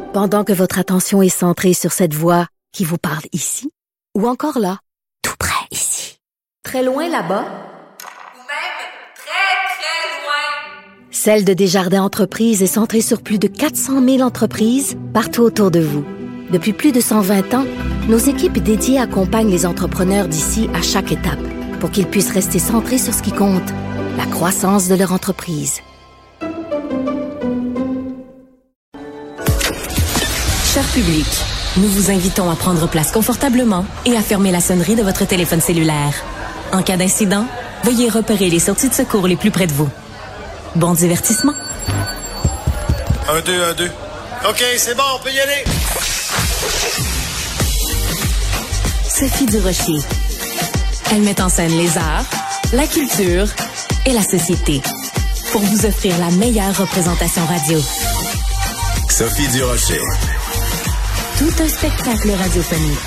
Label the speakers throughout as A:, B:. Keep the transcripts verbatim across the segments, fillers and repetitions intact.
A: Pendant que votre attention est centrée sur cette voix qui vous parle ici, ou encore là, tout près ici, très loin là-bas,
B: ou même très, très loin.
A: Celle de Desjardins Entreprises est centrée sur plus de quatre cent mille entreprises partout autour de vous. Depuis plus de cent vingt ans, nos équipes dédiées accompagnent les entrepreneurs d'ici à chaque étape pour qu'ils puissent rester centrés sur ce qui compte, la croissance de leur entreprise.
C: Cher public, nous vous invitons à prendre place confortablement et à fermer la sonnerie de votre téléphone cellulaire. En cas d'incident, veuillez repérer les sorties de secours les plus près de vous. Bon divertissement.
D: Un, deux, un, deux. OK, c'est bon, on peut y aller.
C: Sophie Durocher. Elle met en scène les arts, la culture et la société pour vous offrir la meilleure représentation radio.
D: Sophie Durocher.
C: Tout un spectacle radiophonique.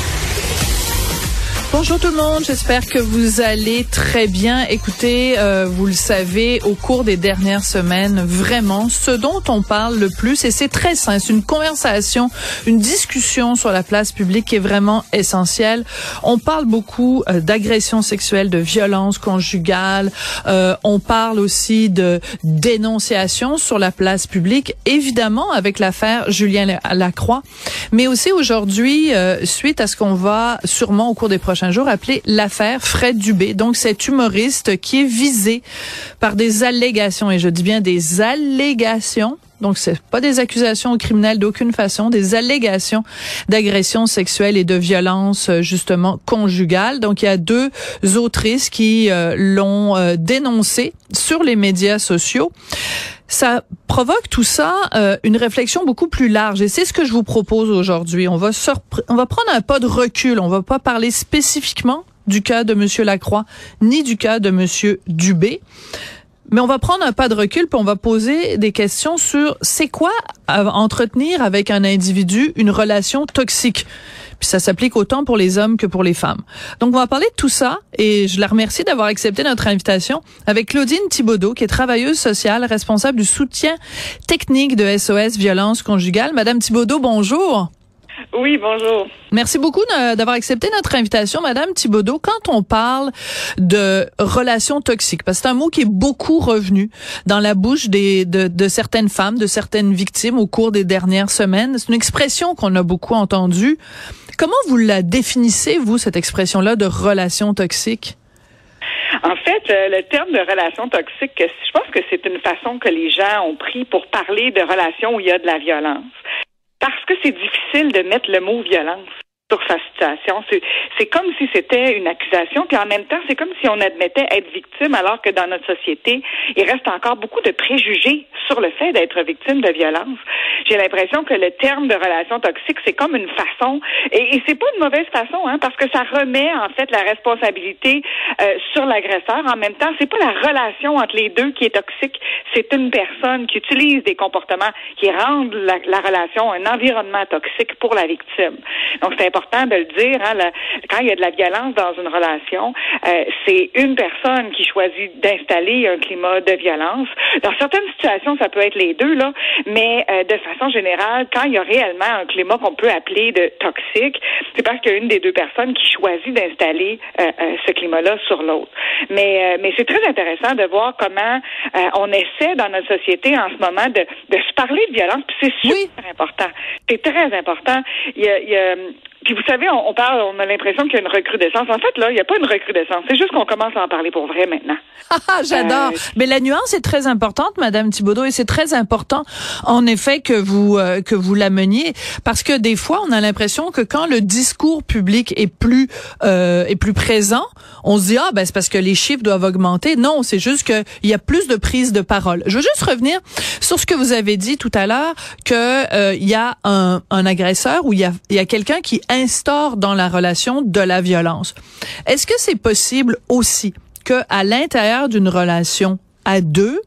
E: Bonjour tout le monde, j'espère que vous allez très bien. Écoutez, euh, vous le savez, au cours des dernières semaines, vraiment, ce dont on parle le plus, et c'est très simple, c'est une conversation, une discussion sur la place publique qui est vraiment essentielle. On parle beaucoup euh, d'agression sexuelle, de violence conjugale, euh, on parle aussi de dénonciation sur la place publique, évidemment avec l'affaire Julien Lacroix, mais aussi aujourd'hui, euh, suite à ce qu'on va sûrement au cours des prochains jour appelé l'affaire Fred Dubé. Donc, cet humoriste qui est visé par des allégations, et je dis bien des allégations, donc c'est pas des accusations criminelles d'aucune façon, des allégations d'agression sexuelle et de violence justement conjugale. Donc, il y a deux autrices qui euh, l'ont euh, dénoncé sur les médias sociaux. Ça provoque tout ça euh, une réflexion beaucoup plus large, et c'est ce que je vous propose aujourd'hui. On va surpre- on va prendre un pas de recul. On va pas parler spécifiquement du cas de Monsieur Lacroix ni du cas de Monsieur Dubé, mais on va prendre un pas de recul puis on va poser des questions sur c'est quoi euh, entretenir avec un individu une relation toxique. Puis ça s'applique autant pour les hommes que pour les femmes. Donc, on va parler de tout ça, et je la remercie d'avoir accepté notre invitation avec Claudine Thibodeau, qui est travailleuse sociale, responsable du soutien technique de S O S Violence Conjugale. Madame Thibodeau, bonjour.
F: Oui, bonjour.
E: Merci beaucoup d'avoir accepté notre invitation, Madame Thibodeau. Quand on parle de relations toxiques, parce que c'est un mot qui est beaucoup revenu dans la bouche des, de, de certaines femmes, de certaines victimes au cours des dernières semaines, c'est une expression qu'on a beaucoup entendue. Comment vous la définissez, vous, cette expression-là de relation toxique?
F: En fait, le terme de relation toxique, je pense que c'est une façon que les gens ont pris pour parler de relations où il y a de la violence. Parce que c'est difficile de mettre le mot violence sur sa situation. C'est, c'est comme si c'était une accusation, puis en même temps, c'est comme si on admettait être victime, alors que dans notre société, il reste encore beaucoup de préjugés sur le fait d'être victime de violence. J'ai l'impression que le terme de relation toxique, c'est comme une façon, et, et c'est pas une mauvaise façon, hein, parce que ça remet en fait la responsabilité euh, sur l'agresseur. En même temps, c'est pas la relation entre les deux qui est toxique, c'est une personne qui utilise des comportements qui rendent la, la relation un environnement toxique pour la victime. Donc, c'est important de le dire, hein, la, quand il y a de la violence dans une relation, euh, c'est une personne qui choisit d'installer un climat de violence. Dans certaines situations, ça peut être les deux, là, mais euh, de façon générale, quand il y a réellement un climat qu'on peut appeler de toxique, c'est parce qu'il y a une des deux personnes qui choisit d'installer euh, euh, ce climat-là sur l'autre. Mais, euh, mais c'est très intéressant de voir comment euh, on essaie dans notre société en ce moment de, de se parler de violence, puis c'est super oui. important. C'est très important. Il y a, il y a Puis vous savez, on, on parle, on a l'impression qu'il y a une recrudescence. En fait, là, il n'y a pas une recrudescence. C'est juste qu'on commence à en parler pour vrai maintenant.
E: Ah, j'adore. Euh, Mais la nuance est très importante, Madame Thibodeau, et c'est très important, en effet, que vous euh, que vous l'ameniez, parce que des fois, on a l'impression que quand le discours public est plus euh, est plus présent, on se dit ah ben c'est parce que les chiffres doivent augmenter. Non, c'est juste que il y a plus de prise de parole. Je veux juste revenir sur ce que vous avez dit tout à l'heure, que euh, il y a un, un agresseur ou il y a il y a quelqu'un qui instaure dans la relation de la violence. Est-ce que c'est possible aussi que à l'intérieur d'une relation à deux,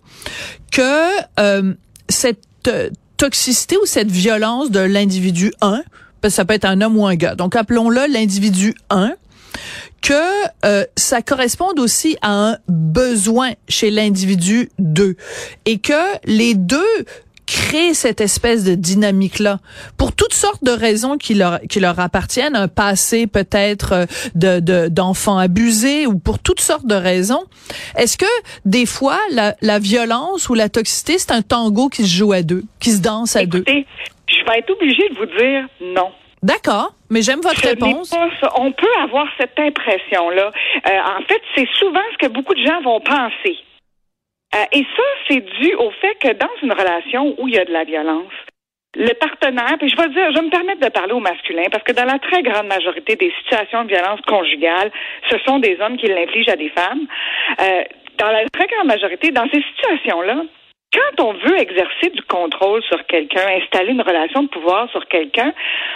E: que euh, cette euh, toxicité ou cette violence de l'individu un, parce que ça peut être un homme ou un gars, donc appelons-le l'individu un, que euh, ça corresponde aussi à un besoin chez l'individu deux, et que les deux créent cette espèce de dynamique-là pour toutes sortes de raisons qui leur qui leur appartiennent, un passé peut-être de, de d'enfants abusés ou pour toutes sortes de raisons. Est-ce que des fois la, la violence ou la toxicité c'est un tango qui se joue à deux, qui se danse à
F: Écoutez,
E: deux?
F: Je vais être obligée de vous dire non.
E: D'accord, mais j'aime votre
F: Ce
E: réponse.
F: n'est pas ça. On peut avoir cette impression-là. Euh, en fait, c'est souvent ce que beaucoup de gens vont penser. Euh, et ça, c'est dû au fait que dans une relation où il y a de la violence, le partenaire, puis je vais dire, je vais me permettre de parler au masculin, parce que dans la très grande majorité des situations de violence conjugale, ce sont des hommes qui l'infligent à des femmes. Euh, dans la très grande majorité, dans ces situations-là, quand on veut exercer du contrôle sur quelqu'un, installer une relation de pouvoir sur quelqu'un,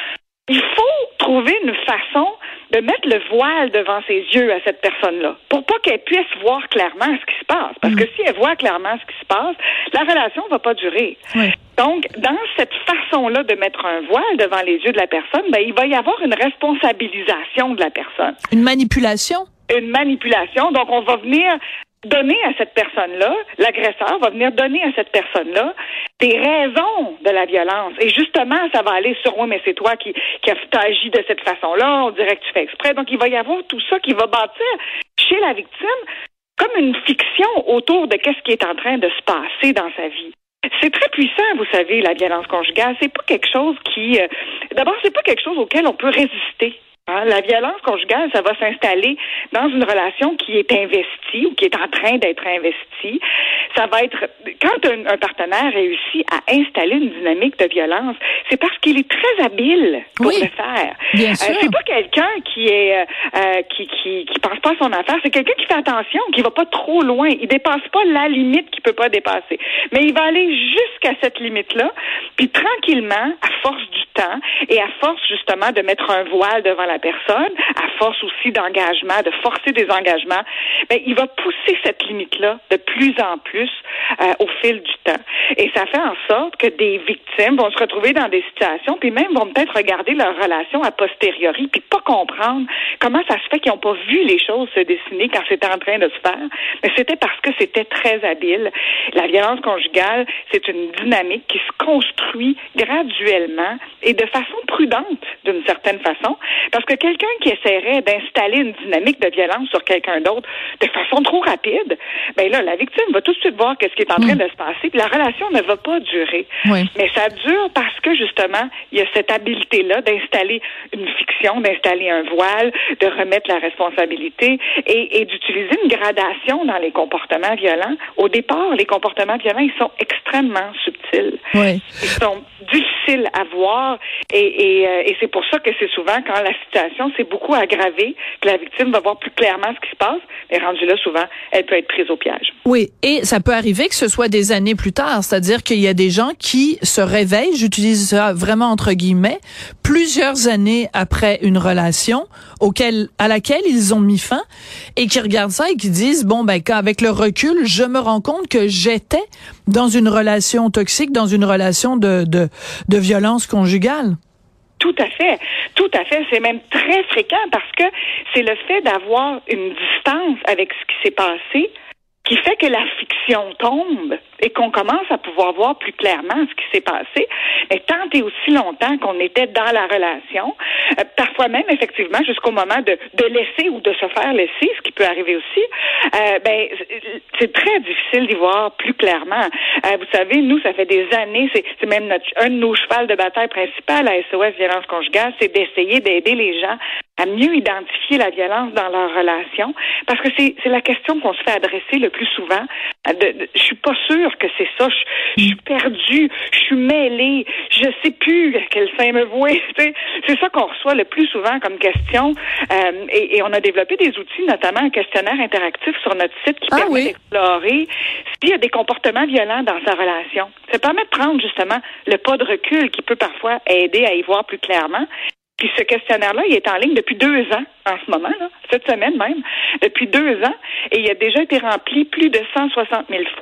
F: il faut trouver une façon de mettre le voile devant ses yeux à cette personne-là, pour pas qu'elle puisse voir clairement ce qui se passe. Parce que si elle voit clairement ce qui se passe, la relation va pas durer. Oui. Donc, dans cette façon-là de mettre un voile devant les yeux de la personne, ben, il va y avoir une responsabilisation de la personne.
E: Une manipulation?
F: Une manipulation. Donc, on va venir donner à cette personne-là, l'agresseur va venir donner à cette personne-là des raisons de la violence. Et justement, ça va aller sur « oui, mais c'est toi qui, qui as agi de cette façon-là, on dirait que tu fais exprès ». Donc, il va y avoir tout ça qui va bâtir chez la victime comme une fiction autour de qu'est-ce qui est en train de se passer dans sa vie. C'est très puissant, vous savez, la violence conjugale. C'est pas quelque chose qui... Euh, d'abord, c'est pas quelque chose auquel on peut résister. Hein, la violence conjugale, ça va s'installer dans une relation qui est investie ou qui est en train d'être investie. Ça va être, quand un, un partenaire réussit à installer une dynamique de violence, c'est parce qu'il est très habile pour
E: oui,
F: le faire.
E: Bien sûr.
F: Euh, c'est pas quelqu'un qui est euh, qui, qui qui pense pas à son affaire, c'est quelqu'un qui fait attention, qui va pas trop loin. Il dépasse pas la limite qu'il peut pas dépasser. Mais il va aller jusqu'à cette limite-là, puis tranquillement, à force du temps et à force justement de mettre un voile devant la personne, à force aussi d'engagement, de forcer des engagements, ben il va pousser cette limite-là de plus en plus euh, au fil du temps. Et ça fait en sorte que des victimes vont se retrouver dans des situations, puis même vont peut-être regarder leur relation a posteriori, puis pas comprendre comment ça se fait qu'ils n'ont pas vu les choses se dessiner quand c'était en train de se faire. Mais c'était parce que c'était très habile. La violence conjugale, c'est une dynamique qui se construit graduellement et de façon prudente, d'une certaine façon, parce que quelqu'un qui essaierait d'installer une dynamique de violence sur quelqu'un d'autre de façon trop rapide, ben là, la victime va tout de suite voir qu'est-ce qui est en train mmh. de se passer, puis la relation ne va pas durer. Oui. Mais ça dure parce que, justement, il y a cette habileté-là d'installer une fiction, d'installer un voile, de remettre la responsabilité et, et d'utiliser une gradation dans les comportements violents. Au départ, les comportements violents, ils sont extrêmement subtils.
E: Oui.
F: Ils sont difficiles à voir et, et, euh, et c'est pour ça que c'est souvent quand la situation s'est beaucoup aggravée que la victime va voir plus clairement ce qui se passe, mais rendu là, souvent, elle peut être prise au piège.
E: Oui, et ça peut arriver que ce soit des années plus tard, c'est-à-dire qu'il y a des gens qui se réveillent, j'utilise ça vraiment entre guillemets, plusieurs années après une relation auquel, à laquelle ils ont mis fin et qui regardent ça et qui disent, bon, ben, avec le recul, je me rends compte que j'étais dans une relation toxique, dans une relation de, de, de violence conjugale.
F: Tout à fait, tout à fait. C'est même très fréquent parce que c'est le fait d'avoir une distance avec ce qui s'est passé qui fait que la fiction tombe et qu'on commence à pouvoir voir plus clairement ce qui s'est passé. Mais tant et aussi longtemps qu'on était dans la relation, euh, parfois même effectivement jusqu'au moment de, de laisser ou de se faire laisser, ce qui peut arriver aussi, euh, ben c'est très difficile d'y voir plus clairement. Euh, vous savez, nous, ça fait des années, c'est, c'est même notre, un de nos chevals de bataille principal à S O S Violence Conjugale, c'est d'essayer d'aider les gens à mieux identifier la violence dans leur relation, parce que c'est, c'est la question qu'on se fait adresser le plus souvent. De, de, je suis pas sûre que c'est ça. Je, je suis perdue, je suis mêlée, je sais plus quel sein me vouer. C'est ça qu'on reçoit le plus souvent comme question. Euh, et, et on a développé des outils, notamment un questionnaire interactif sur notre site qui
E: ah,
F: permet
E: oui.
F: d'explorer s'il y a des comportements violents dans sa relation. Ça permet de prendre justement le pas de recul qui peut parfois aider à y voir plus clairement. Puis ce questionnaire-là, il est en ligne depuis deux ans en ce moment, là, cette semaine même, depuis deux ans, et il a déjà été rempli plus de cent soixante mille fois.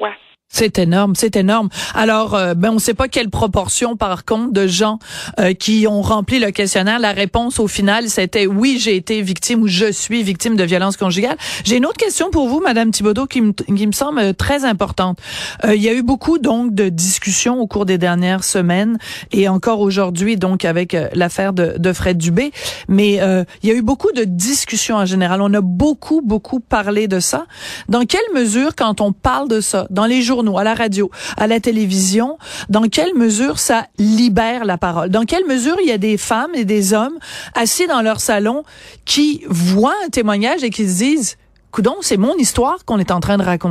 E: C'est énorme, c'est énorme. Alors, euh, ben on ne sait pas quelle proportion, par contre, de gens euh, qui ont rempli le questionnaire. La réponse, au final, c'était oui, j'ai été victime ou je suis victime de violence conjugale. J'ai une autre question pour vous, Madame Thibodeau, qui me, qui me semble très importante. Euh, il y a eu beaucoup, donc, de discussions au cours des dernières semaines et encore aujourd'hui, donc, avec euh, l'affaire de, de Fred Dubé. Mais euh, il y a eu beaucoup de discussions en général. On a beaucoup, beaucoup parlé de ça. Dans quelle mesure, quand on parle de ça, dans les journaux, à la radio, à la télévision, dans quelle mesure ça libère la parole? Dans quelle mesure il y a des femmes et des hommes assis dans leur salon qui voient un témoignage et qui se disent « Coudon, c'est mon histoire qu'on est en train de raconter ».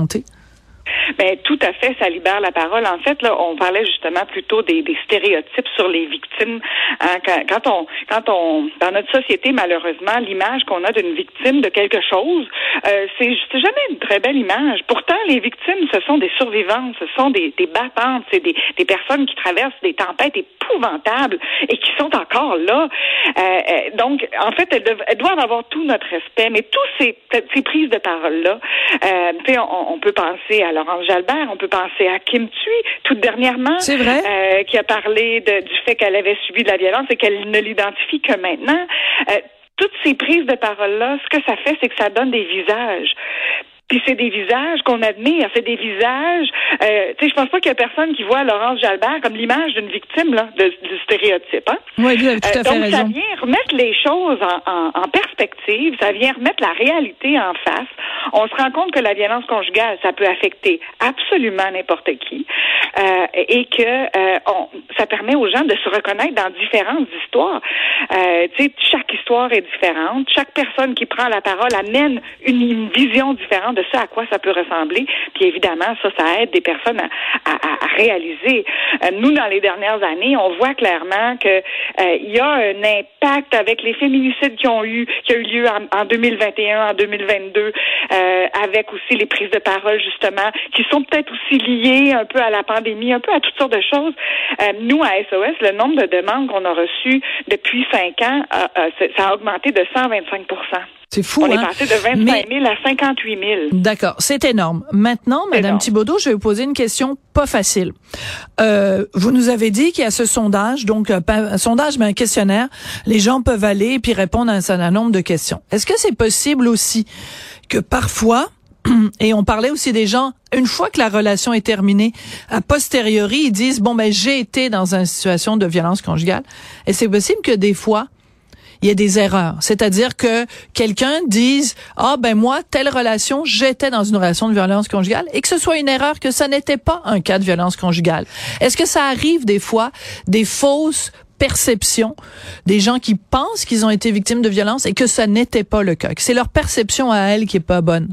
F: Ben tout à fait, ça libère la parole. En fait, là, on parlait justement plutôt des, des stéréotypes sur les victimes. Hein, quand, quand on, quand on, dans notre société, malheureusement, l'image qu'on a d'une victime de quelque chose, euh, c'est, c'est jamais une très belle image. Pourtant, les victimes, ce sont des survivantes, ce sont des, des battantes, c'est des, des personnes qui traversent des tempêtes épouvantables et qui sont encore là. Euh, donc, en fait, elles, doivent, elles doivent avoir tout notre respect, mais tous ces, ces prises de parole-là, euh, tu sais, on, on peut penser à Laurence Jalbert, on peut penser à Kim Thuy, tout dernièrement,
E: c'est vrai,
F: euh, qui a parlé de, du fait qu'elle avait subi de la violence et qu'elle ne l'identifie que maintenant. Euh, toutes ces prises de parole-là, ce que ça fait, c'est que ça donne des visages. Puis c'est des visages qu'on admire, c'est des visages. Euh, tu sais, je pense pas qu'il y a personne qui voit Laurence Jalbert comme l'image d'une victime là, de, du stéréotype. Hein?
E: Oui, vous avez tout à fait
F: euh, donc
E: raison.
F: ça vient remettre les choses en, en, en perspective, ça vient remettre la réalité en face. On se rend compte que la violence conjugale, ça peut affecter absolument n'importe qui, euh, et que euh, on, ça permet aux gens de se reconnaître dans différentes histoires. Euh, tu sais, chaque histoire est différente. Chaque personne qui prend la parole amène une, une vision différente de ça à quoi ça peut ressembler. Puis évidemment, ça, ça aide des personnes à, à, à réaliser. Euh, nous, dans les dernières années, on voit clairement que euh, il y a un impact avec les féminicides qui ont eu, qui a eu lieu en, en deux mille vingt et un, en deux mille vingt-deux, euh, avec aussi les prises de parole justement, qui sont peut-être aussi liées un peu à la pandémie, un peu à toutes sortes de choses. Euh, nous, à S O S, le nombre de demandes qu'on a reçues depuis cinq ans, euh, euh, ça a augmenté de cent vingt-cinq pour cent.
E: C'est fou,
F: On
E: hein?
F: est passé de vingt-cinq mille à cinquante-huit mille.
E: D'accord, c'est énorme. Maintenant,
F: C'est
E: Madame
F: énorme.
E: Thibodeau, je vais vous poser une question pas facile. Euh, vous nous avez dit qu'il y a ce sondage, donc un, un sondage, mais un questionnaire. Les gens peuvent aller et puis répondre à un certain nombre de questions. Est-ce que c'est possible aussi que parfois, et on parlait aussi des gens, une fois que la relation est terminée, a posteriori, ils disent, bon, ben j'ai été dans une situation de violence conjugale. Et c'est possible que des fois, il y a des erreurs. C'est-à-dire que quelqu'un dise, ah ben moi, telle relation, j'étais dans une relation de violence conjugale, et que ce soit une erreur, que ça n'était pas un cas de violence conjugale. Est-ce que ça arrive des fois, des fausses perceptions, des gens qui pensent qu'ils ont été victimes de violence et que ça n'était pas le cas, que c'est leur perception à elles qui est pas bonne?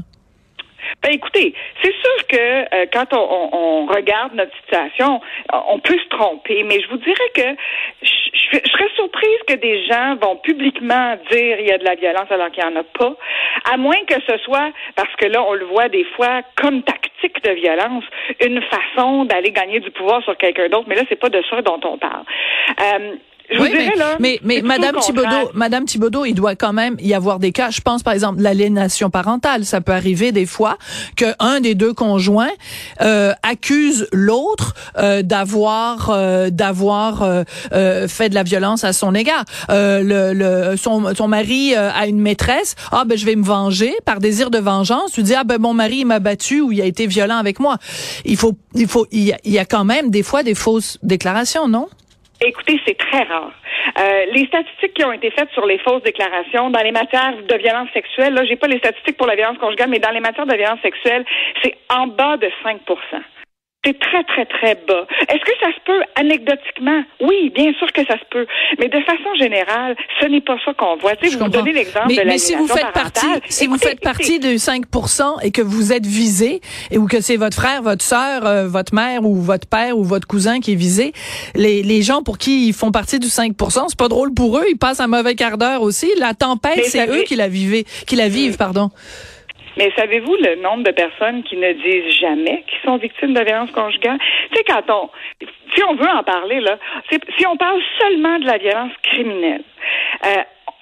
F: Ben écoutez, c'est sûr que euh, quand on, on, on regarde notre situation, on peut se tromper, mais je vous dirais que je, je, je serais surprise que des gens vont publiquement dire il y a de la violence alors qu'il n'y en a pas, à moins que ce soit, parce que là on le voit des fois comme tactique de violence, une façon d'aller gagner du pouvoir sur quelqu'un d'autre, mais là c'est pas de ça dont on parle. Euh, Je
E: oui,
F: vous dirais,
E: mais,
F: là,
E: mais, mais Madame Thibodeau, Madame Thibodeau, il doit quand même y avoir des cas. Je pense, par exemple, l'aliénation parentale. Ça peut arriver des fois que un des deux conjoints euh, accuse l'autre euh, d'avoir euh, d'avoir euh, euh, fait de la violence à son égard. Euh, le, le son son mari euh, a une maîtresse. Ah ben je vais me venger par désir de vengeance. Tu dis ah ben mon mari il m'a battu ou il a été violent avec moi. Il faut il faut il y a, il y a quand même des fois des fausses déclarations, non?
F: Écoutez, c'est très rare. Euh, les statistiques qui ont été faites sur les fausses déclarations dans les matières de violence sexuelle, là, j'ai pas les statistiques pour la violence conjugale, mais dans les matières de violence sexuelle, c'est en bas de cinq pour cent. C'est très, très, très bas. Est-ce que ça se peut anecdotiquement? Oui, bien sûr que ça se peut. Mais de façon générale, ce n'est pas ça qu'on voit. Tu sais, vous me donnez l'exemple
E: mais,
F: de
E: mais si vous faites partie, si
F: écoutez,
E: vous faites partie de cinq pour cent et que vous êtes visé, et ou que c'est votre frère, votre sœur, euh, votre mère ou votre père ou votre cousin qui est visé, les, les gens pour qui ils font partie du cinq pour cent, c'est pas drôle pour eux. Ils passent un mauvais quart d'heure aussi. La tempête, mais c'est savez... eux qui la vivent, qui la vivent, mmh. pardon.
F: Mais savez-vous le nombre de personnes qui ne disent jamais qu'ils sont victimes de violence conjugale? Tu sais, quand on, si on veut en parler, là, si on parle seulement de la violence criminelle, euh,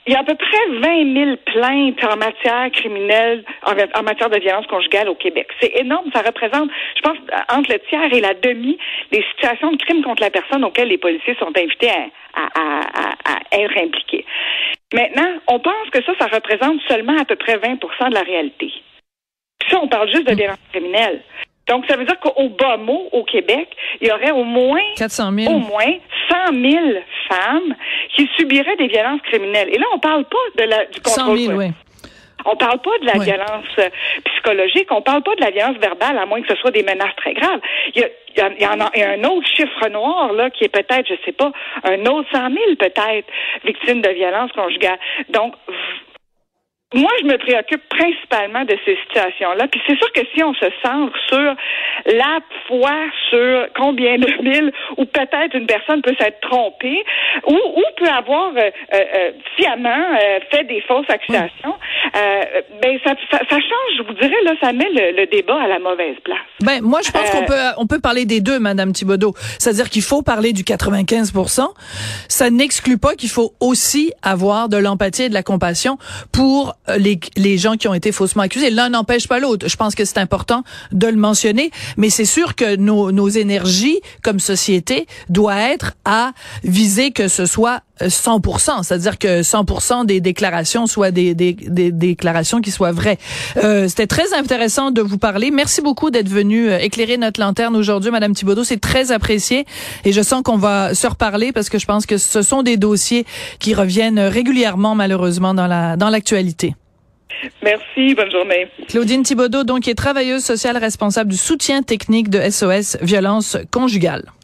F: il y a à peu près vingt mille plaintes en matière criminelle, en, en matière de violence conjugale au Québec. C'est énorme. Ça représente, je pense, entre le tiers et la demi des situations de crime contre la personne auxquelles les policiers sont invités à, à, à, à être impliqués. Maintenant, on pense que ça, ça représente seulement à peu près vingt pour cent de la réalité. Puis ça, on parle juste de violence criminelle. Donc, ça veut dire qu'au bas mot, au Québec, il y aurait au moins,
E: quatre cent mille.
F: au moins cent mille femmes qui subiraient des violences criminelles. Et là, on parle pas de la, du contrôle.
E: cent mille, oui.
F: On parle pas de la
E: oui.
F: violence euh, psychologique, on parle pas de la violence verbale, à moins que ce soit des menaces très graves. Il y a, il y a, il y en a, il y a un autre chiffre noir, là, qui est peut-être, je sais pas, un autre cent mille, peut-être, victimes de violences conjugales. Donc, moi, je me préoccupe principalement de ces situations-là. Puis c'est sûr que si on se centre sur la fois sur combien de mille, ou peut-être une personne peut s'être trompée, ou, ou peut avoir euh, euh, sciemment euh, fait des fausses accusations, euh, ben ça, ça, ça change, je vous dirais, là, ça met le, le débat à la mauvaise place.
E: Ben moi, je pense
F: euh,
E: qu'on peut on peut parler des deux, Madame Thibodeau. C'est-à-dire qu'il faut parler du quatre-vingt-quinze pour cent. Ça n'exclut pas qu'il faut aussi avoir de l'empathie et de la compassion pour les, les gens qui ont été faussement accusés. L'un n'empêche pas l'autre. Je pense que c'est important de le mentionner, mais c'est sûr que nos, nos énergies comme société doivent être à viser que ce soit cent pour cent, c'est-à-dire que cent pour cent des déclarations soient des, des, des déclarations qui soient vraies. Euh, c'était très intéressant de vous parler. Merci beaucoup d'être venu éclairer notre lanterne aujourd'hui, Madame Thibodeau. C'est très apprécié et je sens qu'on va se reparler parce que je pense que ce sont des dossiers qui reviennent régulièrement, malheureusement, dans la dans l'actualité.
F: Merci, bonne journée.
E: Claudine Thibodeau, donc, qui est travailleuse sociale responsable du soutien technique de S O S Violence Conjugale.